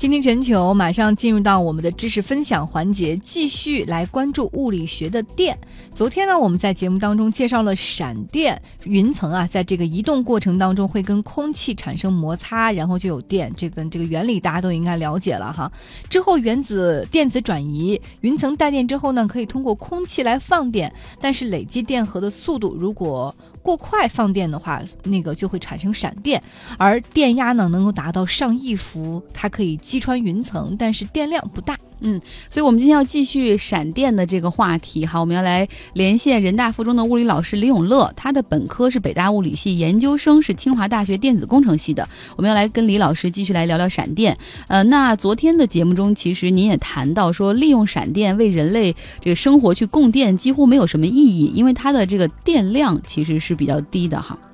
倾听全球，马上进入到我们的知识分享环节，继续来关注物理学的电。昨天呢，我们在节目当中介绍了闪电，云层啊，在这个移动过程当中会跟空气产生摩擦，然后就有电，这个原理大家都应该了解了哈。之后原子电子转移，云层带电之后呢，可以通过空气来放电，但是累积电荷的速度如果过快放电的话，那个就会产生闪电，而电压呢能够达到上亿伏，它可以击穿云层，但是电量不大。 所以我们今天要继续闪电的这个话题哈，我们要来连线人大附中的物理老师李永乐，他的本科是北大物理系，研究生是清华大学电子工程系的。我们要来跟李老师继续来聊聊闪电。那昨天的节目中，其实您也谈到说，利用闪电为人类这个生活去供电几乎没有什么意义，因为它的这个电量其实是比较低的哈。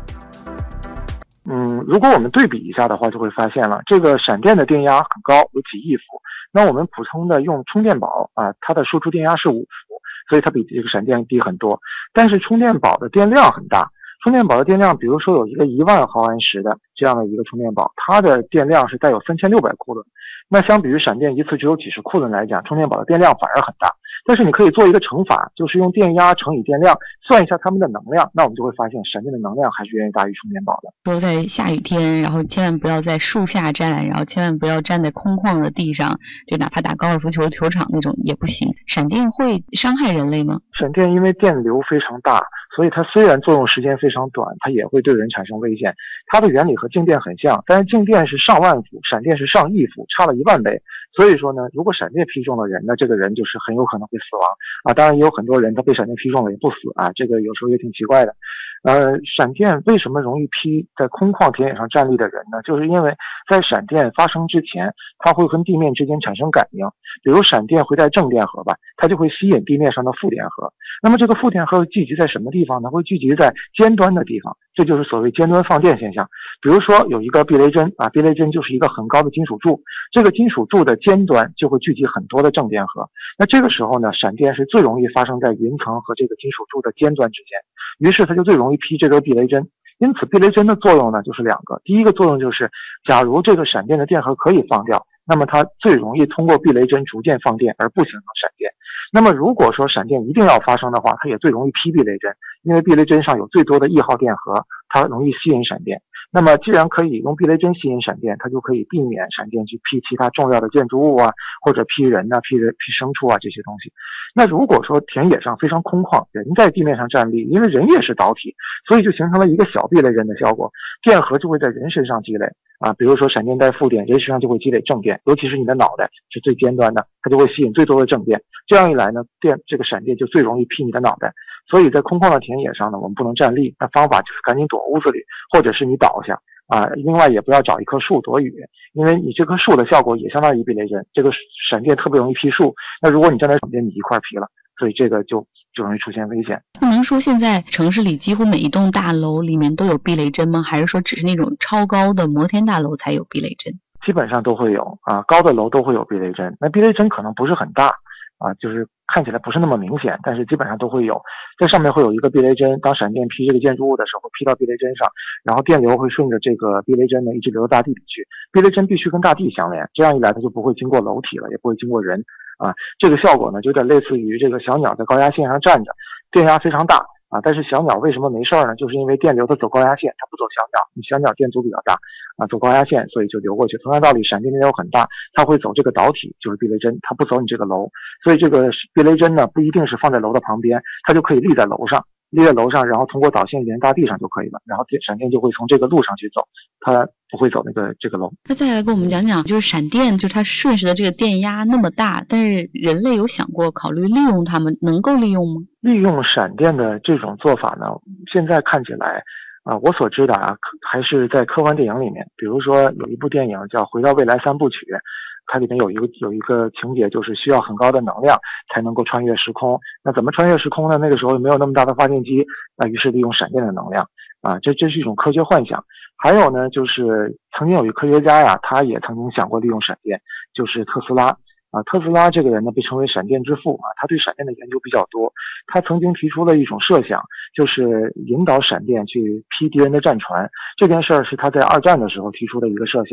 如果我们对比一下的话，就会发现了，这个闪电的电压很高，有几亿伏。那我们普通的用充电宝啊，它的输出电压是5伏，所以它比这个闪电低很多。但是充电宝的电量很大，充电宝的电量，比如说有一个10000毫安时的这样的一个充电宝，它的电量是带有3600库仑。那相比于闪电一次只有几十库仑来讲，充电宝的电量反而很大。但是你可以做一个乘法，就是用电压乘以电量，算一下它们的能量，那我们就会发现闪电的能量还是远远大于充电宝的。 说在下雨天，然后千万不要在树下站，然后千万不要站在空旷的地上，就哪怕打高尔夫球球场那种也不行。闪电会伤害人类吗？ 闪电因为电流非常大，所以它虽然作用时间非常短，它也会对人产生危险。它的原理和静电很像，但是静电是上万伏，闪电是上亿伏，差了10000倍。所以说呢，如果闪电劈中了人呢，这个人就是很有可能会死亡啊。当然也有很多人他被闪电劈中了也不死啊，这个有时候也挺奇怪的。闪电为什么容易劈在空旷田野上站立的人呢？就是因为在闪电发生之前，它会跟地面之间产生感应。比如闪电会带正电荷吧，它就会吸引地面上的负电荷。那么这个负电荷会聚集在什么地方呢？会聚集在尖端的地方，这就是所谓尖端放电现象。比如说有一个避雷针啊，避雷针就是一个很高的金属柱，这个金属柱的尖端就会聚集很多的正电荷。那这个时候呢，闪电是最容易发生在云层和这个金属柱的尖端之间，于是它就最容易劈这个避雷针。因此避雷针的作用呢就是2个，第一个作用就是假如这个闪电的电荷可以放掉，那么它最容易通过避雷针逐渐放电而不形成闪电。那么如果说闪电一定要发生的话，它也最容易劈避雷针，因为避雷针上有最多的1号电荷，它容易吸引闪电。那么既然可以用避雷针吸引闪电，它就可以避免闪电去劈其他重要的建筑物啊，或者劈人啊、劈牲畜啊这些东西。那如果说田野上非常空旷，人在地面上站立，因为人也是导体，所以就形成了一个小避雷针的效果，电荷就会在人身上积累啊。比如说闪电带负电，人身上就会积累正电，尤其是你的脑袋是最尖端的，它就会吸引最多的正电。这样一来呢，这个闪电就最容易劈你的脑袋。所以在空旷的田野上呢，我们不能站立，那方法就是赶紧躲屋子里，或者是你倒下啊。另外也不要找一棵树躲雨，因为你这棵树的效果也相当于避雷针，这个闪电特别容易劈树，那如果你站在旁边，你一块劈了，所以这个就容易出现危险。 您说现在城市里几乎每一栋大楼里面都有避雷针吗？还是说只是那种超高的摩天大楼才有避雷针？ 基本上都会有啊，高的楼都会有避雷针。那避雷针可能不是很大啊，就是看起来不是那么明显，但是基本上都会有。这上面会有一个避雷针，当闪电劈这个建筑物的时候，劈到避雷针上，然后电流会顺着这个避雷针呢一直流到大地里去。避雷针必须跟大地相连，这样一来它就不会经过楼体了，也不会经过人啊。这个效果呢就有点类似于这个小鸟在高压线上站着，电压非常大啊，但是小鸟为什么没事呢？就是因为电流它走高压线，它不走小鸟，你小鸟电阻比较大啊，走高压线，所以就流过去。同样道理，闪电电流很大，它会走这个导体，就是避雷针，它不走你这个楼。所以这个避雷针呢，不一定是放在楼的旁边，它就可以立在楼上，然后通过导线连大地上就可以了，然后闪电就会从这个路上去走，它不会走这个楼。 那再来跟我们讲讲，就是闪电，就是它瞬时的这个电压那么大，但是人类有想过考虑利用它们，能够利用吗？ 利用闪电的这种做法呢，现在看起来我所知的还是在科幻电影里面。比如说有一部电影叫《回到未来3部曲》，它里面有一个情节，就是需要很高的能量才能够穿越时空。那怎么穿越时空呢？那个时候也没有那么大的发电机，于是利用闪电的能量啊，这是一种科学幻想。还有呢，就是曾经有一个科学家呀，他也曾经想过利用闪电，就是特斯拉啊。特斯拉这个人呢，被称为闪电之父啊，他对闪电的研究比较多。他曾经提出了一种设想，就是引导闪电去劈敌人的战船。这件事儿是他在2战的时候提出的一个设想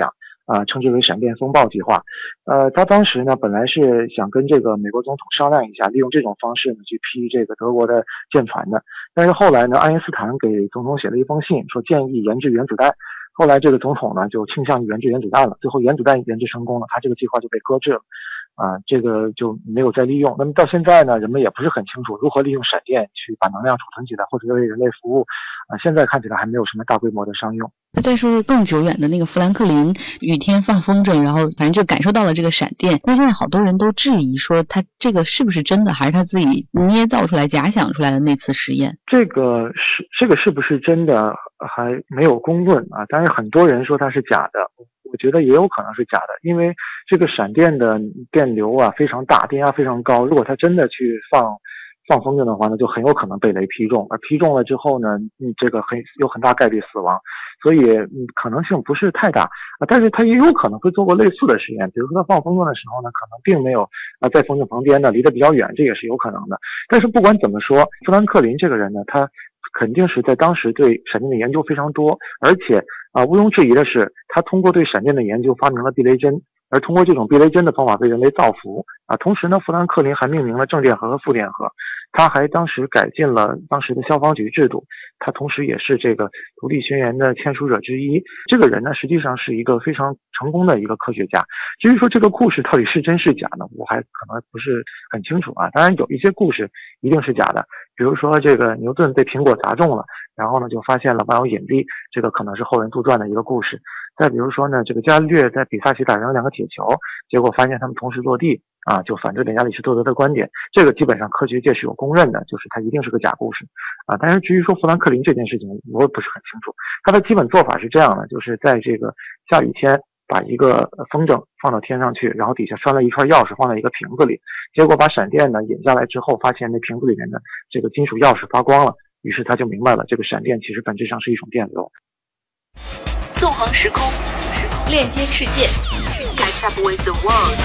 称之为闪电风暴计划。他当时呢本来是想跟这个美国总统商量一下，利用这种方式呢去批这个德国的舰船的。但是后来呢，爱因斯坦给总统写了一封信，说建议研制原子弹。后来这个总统呢就倾向于研制原子弹了，最后原子弹研制成功了，他这个计划就被搁置了。这个就没有再利用。那么到现在呢，人们也不是很清楚如何利用闪电去把能量储存起来，或者为人类服务。现在看起来还没有什么大规模的商用。 那再说说更久远的那个富兰克林雨天放风筝，然后反正就感受到了这个闪电。但现在好多人都质疑说，他这个是不是真的，还是他自己捏造出来、假想出来的那次实验？ 这个是不是真的还没有公论啊？但是很多人说它是假的。我觉得也有可能是假的，因为这个闪电的电流啊非常大，电压非常高，如果它真的去放风筝的话呢，就很有可能被雷劈中，而劈中了之后呢，这个有很大概率死亡，所以可能性不是太大但是他也有可能会做过类似的实验，比如说他放风筝的时候呢，可能并没有在风筝旁边呢，离得比较远，这也是有可能的。但是不管怎么说，富兰克林这个人呢，他肯定是在当时对闪电的研究非常多，而且毋庸置疑的是，他通过对闪电的研究发明了避雷针，而通过这种避雷针的方法为人类造福同时呢，富兰克林还命名了正电荷和负电荷，他还当时改进了当时的消防局制度，他同时也是这个独立宣言的签署者之一。这个人呢，实际上是一个非常成功的一个科学家。至于说这个故事到底是真是假呢，我还可能不是很清楚当然有一些故事一定是假的，比如说这个牛顿被苹果砸中了，然后呢就发现了万有引力，这个可能是后人杜撰的一个故事。再比如说呢，这个伽利略在比萨斜打扔了2个铁球，结果发现他们同时落地就反对了亚里士多德的观点，这个基本上科学界是有公认的，就是它一定是个假故事但是至于说富兰克林这件事情，我也不是很清楚。他的基本做法是这样的，就是在这个下雨天把一个风筝放到天上去，然后底下拴了一串钥匙放在一个瓶子里，结果把闪电呢引下来之后，发现那瓶子里面的这个金属钥匙发光了，于是他就明白了，这个闪电其实本质上是一种电流。 纵横时空，链接世界 Catch up with the world，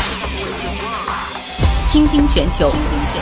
倾听全球。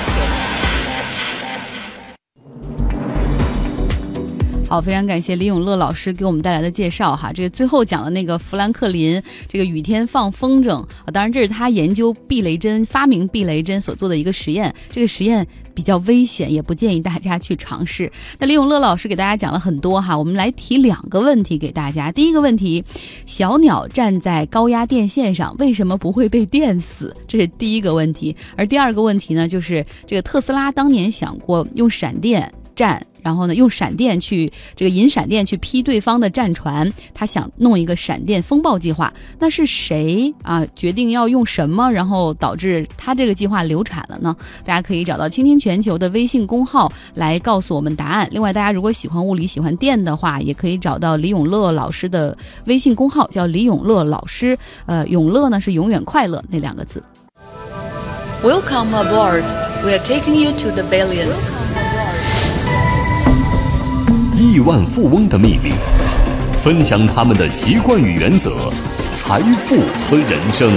好，非常感谢李永乐老师给我们带来的介绍哈。这个最后讲的那个富兰克林这个雨天放风筝当然这是他研究避雷针、发明避雷针所做的一个实验。这个实验比较危险，也不建议大家去尝试。那李永乐老师给大家讲了很多哈，我们来提2个问题给大家。第一个问题，小鸟站在高压电线上为什么不会被电死？这是第一个问题。而第二个问题呢，就是这个特斯拉当年想过用闪电然后呢用闪电去引闪电去劈对方的战船，他想弄一个闪电风暴计划。那是谁决定要用什么，然后导致他这个计划流产了呢？大家可以找到倾听全球的微信公号来告诉我们答案。另外大家如果喜欢物理喜欢电的话，也可以找到李永乐老师的微信公号，叫李永乐老师永乐呢是永远快乐那2个字。 Welcome aboard, we are taking you to the billions。 亿万富翁的秘密，分享他们的习惯与原则，财富和人生。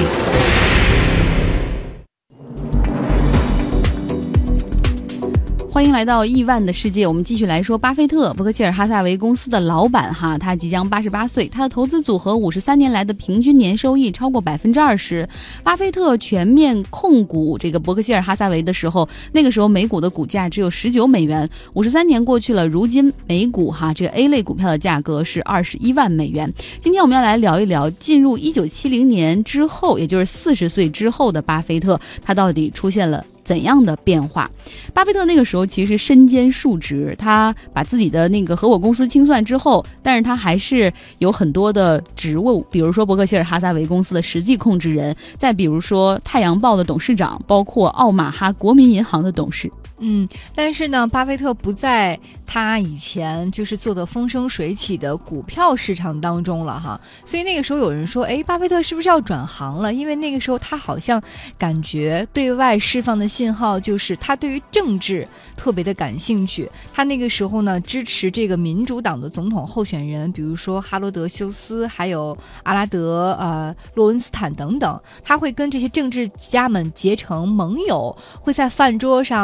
欢迎来到亿万的世界，我们继续来说巴菲特，伯克希尔哈撒韦公司的老板哈，他即将88岁，他的投资组合53年来的平均年收益超过 20%。 巴菲特全面控股这个伯克希尔哈撒韦的时候，那个时候每股的股价只有19美元，53年过去了，如今每股这个 A 类股票的价格是21万美元。今天我们要来聊一聊进入1970年之后，也就是40岁之后的巴菲特，他到底出现了怎样的变化？巴菲特那个时候其实身兼数职，他把自己的那个合伙公司清算之后，但是他还是有很多的职务，比如说伯克希尔哈撒韦公司的实际控制人，再比如说太阳报的董事长，包括奥马哈国民银行的董事。 但是呢，巴菲特不在他以前就是做的风生水起的股票市场当中了哈，所以那个时候有人说，巴菲特是不是要转行了？因为那个时候他好像感觉对外释放的信号就是他对于政治特别的感兴趣。他那个时候呢，支持这个民主党的总统候选人，比如说哈罗德休斯，还有阿拉德洛温斯坦等等，他会跟这些政治家们结成盟友，会在饭桌上打高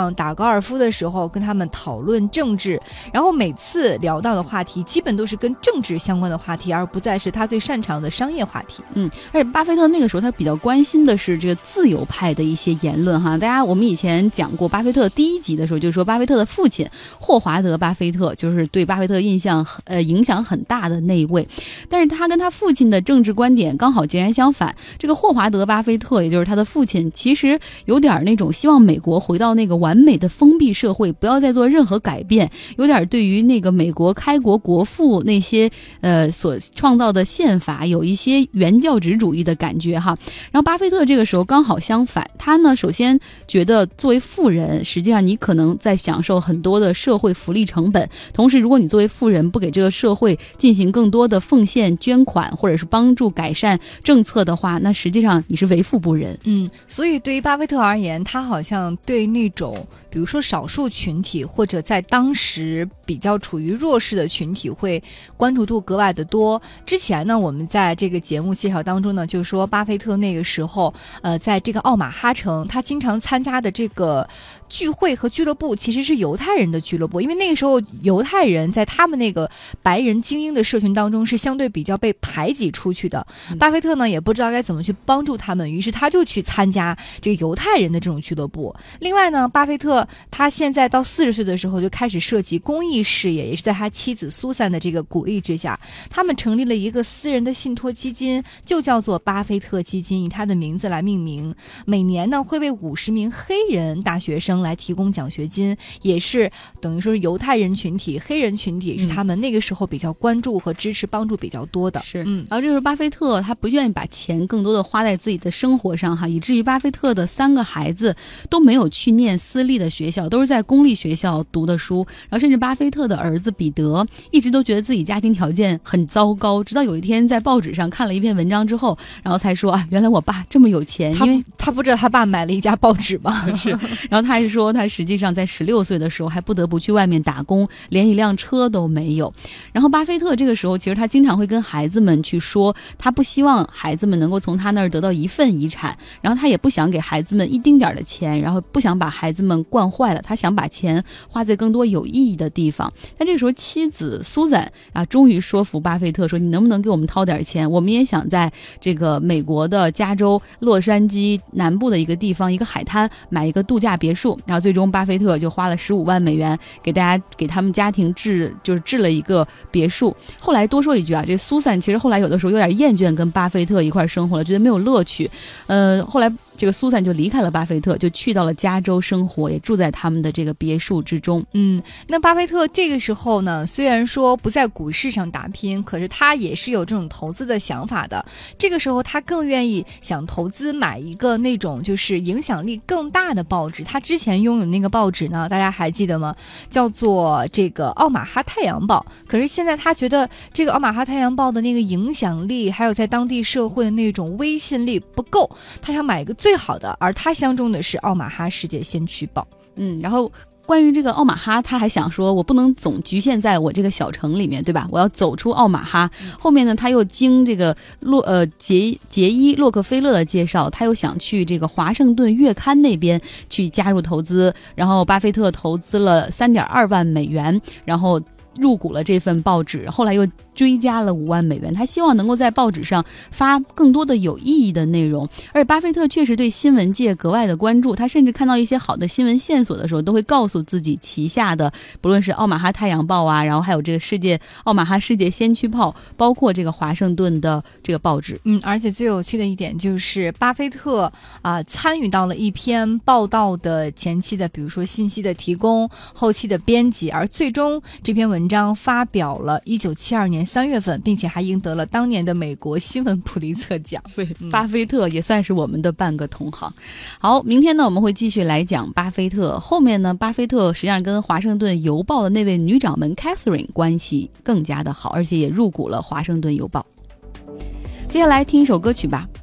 高尔夫的时候跟他们讨论政治，然后每次聊到的话题基本都是跟政治相关的话题，而不再是他最擅长的商业话题。 而且巴菲特那个时候他比较关心的是这个自由派的一些言论哈。大家我们以前讲过巴菲特第一集的时候，就是说巴菲特的父亲霍华德巴菲特就是对巴菲特影响很大的那一位，但是他跟他父亲的政治观点刚好截然相反。这个霍华德巴菲特也就是他的父亲，其实有点那种希望美国回到那个完美的封闭社会，不要再做任何改变，有点对于那个美国开国国父那些所创造的宪法有一些原教旨主义的感觉哈。然后巴菲特这个时候刚好相反，他呢首先觉得作为富人，实际上你可能在享受很多的社会福利成本，同时如果你作为富人不给这个社会进行更多的奉献捐款或者是帮助改善政策的话，那实际上你是为富不仁。 所以对于巴菲特而言，他好像对那种比如说少数群体或者在当时比较处于弱势的群体会关注度格外的多。之前呢我们在这个节目介绍当中呢就说巴菲特那个时候在这个奥马哈城他经常参加的这个聚会和俱乐部其实是犹太人的俱乐部，因为那个时候犹太人在他们那个白人精英的社群当中是相对比较被排挤出去的。巴菲特呢也不知道该怎么去帮助他们，于是他就去参加这个犹太人的这种俱乐部。另外呢巴菲特他现在到40岁的时候就开始涉及公益事业，也是在他妻子苏珊的这个鼓励之下，他们成立了一个私人的信托基金，就叫做巴菲特基金，以他的名字来命名。每年呢会为50名黑人大学生来提供奖学金，也是等于说是犹太人群体黑人群体是他们那个时候比较关注和支持帮助比较多的。 是然后这时候巴菲特他不愿意把钱更多的花在自己的生活上哈，以至于巴菲特的3个孩子都没有去念私立的学校，都是在公立学校读的书。然后甚至巴菲特的儿子彼得一直都觉得自己家庭条件很糟糕，直到有一天在报纸上看了一篇文章之后，然后才说原来我爸这么有钱。因为他不知道他爸买了一家报纸吗？ 是，然后他还是说他实际上在16岁的时候还不得不去外面打工，连一辆车都没有。然后巴菲特这个时候其实他经常会跟孩子们去说，他不希望孩子们能够从他那儿得到一份遗产，然后他也不想给孩子们一丁点的钱，然后不想把孩子们惯坏了，他想把钱花在更多有意义的地方。但这个时候妻子苏珊终于说服巴菲特说，你能不能给我们掏点钱，我们也想在这个美国的加州洛杉矶南部的一个地方一个海滩买一个度假别墅。然后最终巴菲特就花了15万美元给他们家庭置了一个别墅。后来多说一句这苏珊其实后来有的时候有点厌倦跟巴菲特一块生活了，觉得没有乐趣。后来这个苏珊就离开了巴菲特，就去到了加州生活，也住在他们的这个别墅之中。 那巴菲特这个时候呢，虽然说不在股市上打拼，可是他也是有这种投资的想法的。这个时候他更愿意想投资买一个那种就是影响力更大的报纸。他之前拥有那个报纸呢，大家还记得吗？叫做这个奥马哈太阳报。可是现在他觉得这个奥马哈太阳报的那个影响力还有在当地社会的那种威信力不够，他想买一个最好的，而他相中的是奥马哈世界先驱报。 然后关于这个奥马哈，他还想说我不能总局限在我这个小城里面，对吧？我要走出奥马哈。后面呢他又经这个杰伊洛克菲勒的介绍，他又想去这个华盛顿月刊那边去加入投资。然后巴菲特投资了3.2万美元，然后入股了这份报纸，后来又追加了5万美元，他希望能够在报纸上发更多的有意义的内容。而巴菲特确实对新闻界格外的关注，他甚至看到一些好的新闻线索的时候，都会告诉自己旗下的不论是奥马哈太阳报然后还有这个奥马哈世界先驱报，包括这个华盛顿的这个报纸。 而且最有趣的一点就是巴菲特参与到了一篇报道的前期的比如说信息的提供，后期的编辑，而最终这篇文章发表了1972年3月份，并且还赢得了当年的美国新闻普利策奖。 所以巴菲特也算是我们的半个同行。好，明天呢我们会继续来讲巴菲特。后面呢巴菲特实际上跟华盛顿邮报的那位女掌门 Catherine 关系更加的好，而且也入股了华盛顿邮报。接下来听一首歌曲吧。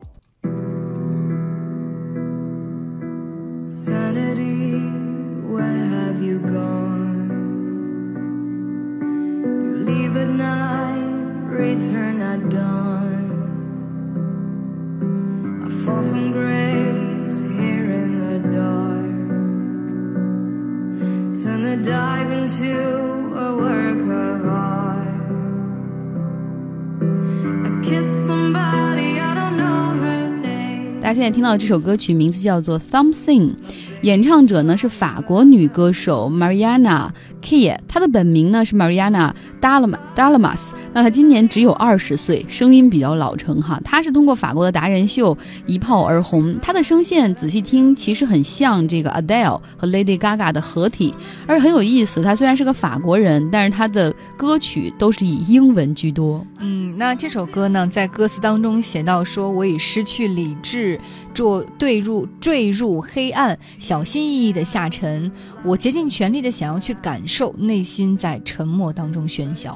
Sanity, where have you gone? You leave at night, return at dawn. I fall from grace here in the dark. dive into a work of art. I kiss somebody I don't know her name. 大家现在听到的这首歌曲名字叫做 Something， 演唱者呢是法国女歌手 Mariana Key， 她的本名呢是 Mariana Dalamas， 那她今年只有20岁，声音比较老成哈。她是通过法国的达人秀一炮而红，她的声线仔细听其实很像这个 Adele 和 Lady Gaga 的合体，而很有意思，她虽然是个法国人，但是她的歌曲都是以英文居多。 那这首歌呢，在歌词当中写到说，我已失去理智，坠入黑暗，小心翼翼的下沉，我竭尽全力的想要去感受，内心在沉默当中喧嚣。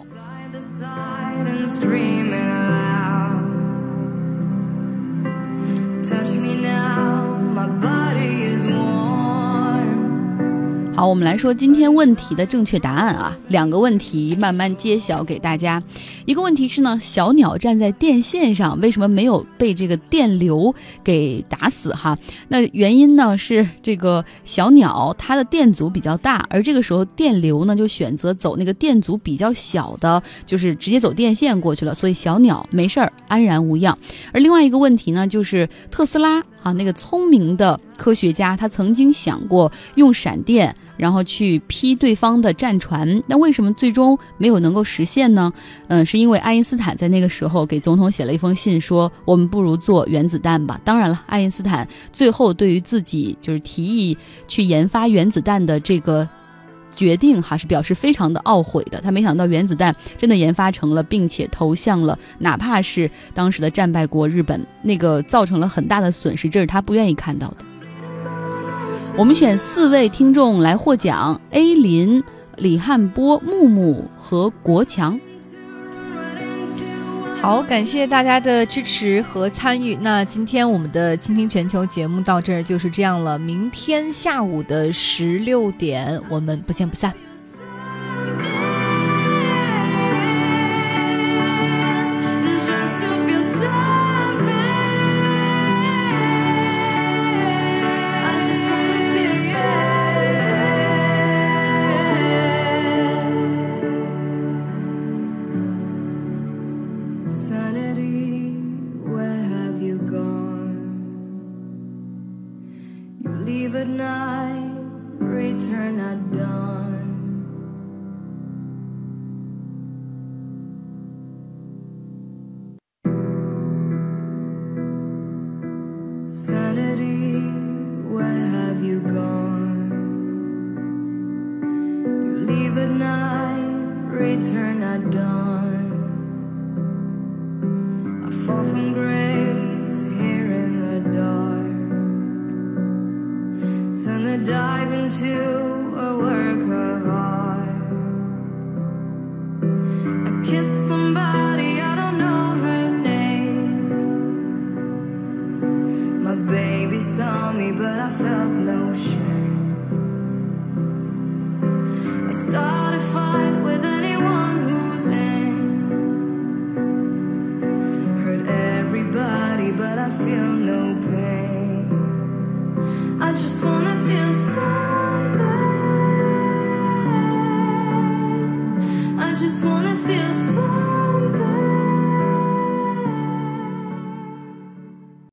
好，我们来说今天问题的正确答案啊，2个问题慢慢揭晓给大家。一个问题是呢，小鸟站在电线上，为什么没有被这个电流给打死哈？那原因呢是这个小鸟它的电阻比较大，而这个时候电流呢就选择走那个电阻比较小的，就是直接走电线过去了，所以小鸟没事儿，安然无恙。而另外一个问题呢，就是特斯拉啊，那个聪明的科学家，他曾经想过用闪电然后去劈对方的战船，那为什么最终没有能够实现呢？是因为爱因斯坦在那个时候给总统写了一封信，说我们不如做原子弹吧。当然了，爱因斯坦最后对于自己就是提议去研发原子弹的这个决定还是表示非常的懊悔的。他没想到原子弹真的研发成了，并且投向了哪怕是当时的战败国日本，那个造成了很大的损失，这是他不愿意看到的。我们选4位听众来获奖 ：A 林、李汉波、木木和国强。 好，感谢大家的支持和参与。那今天我们的倾听全球节目到这儿就是这样了，明天下午的16点，我们不见不散。 Sanity, where have you gone? You leave at night, return at dawn. Sanity, where have you gone? You leave at night, return at dawn.Fall from grace here in the dark. Turn the dive into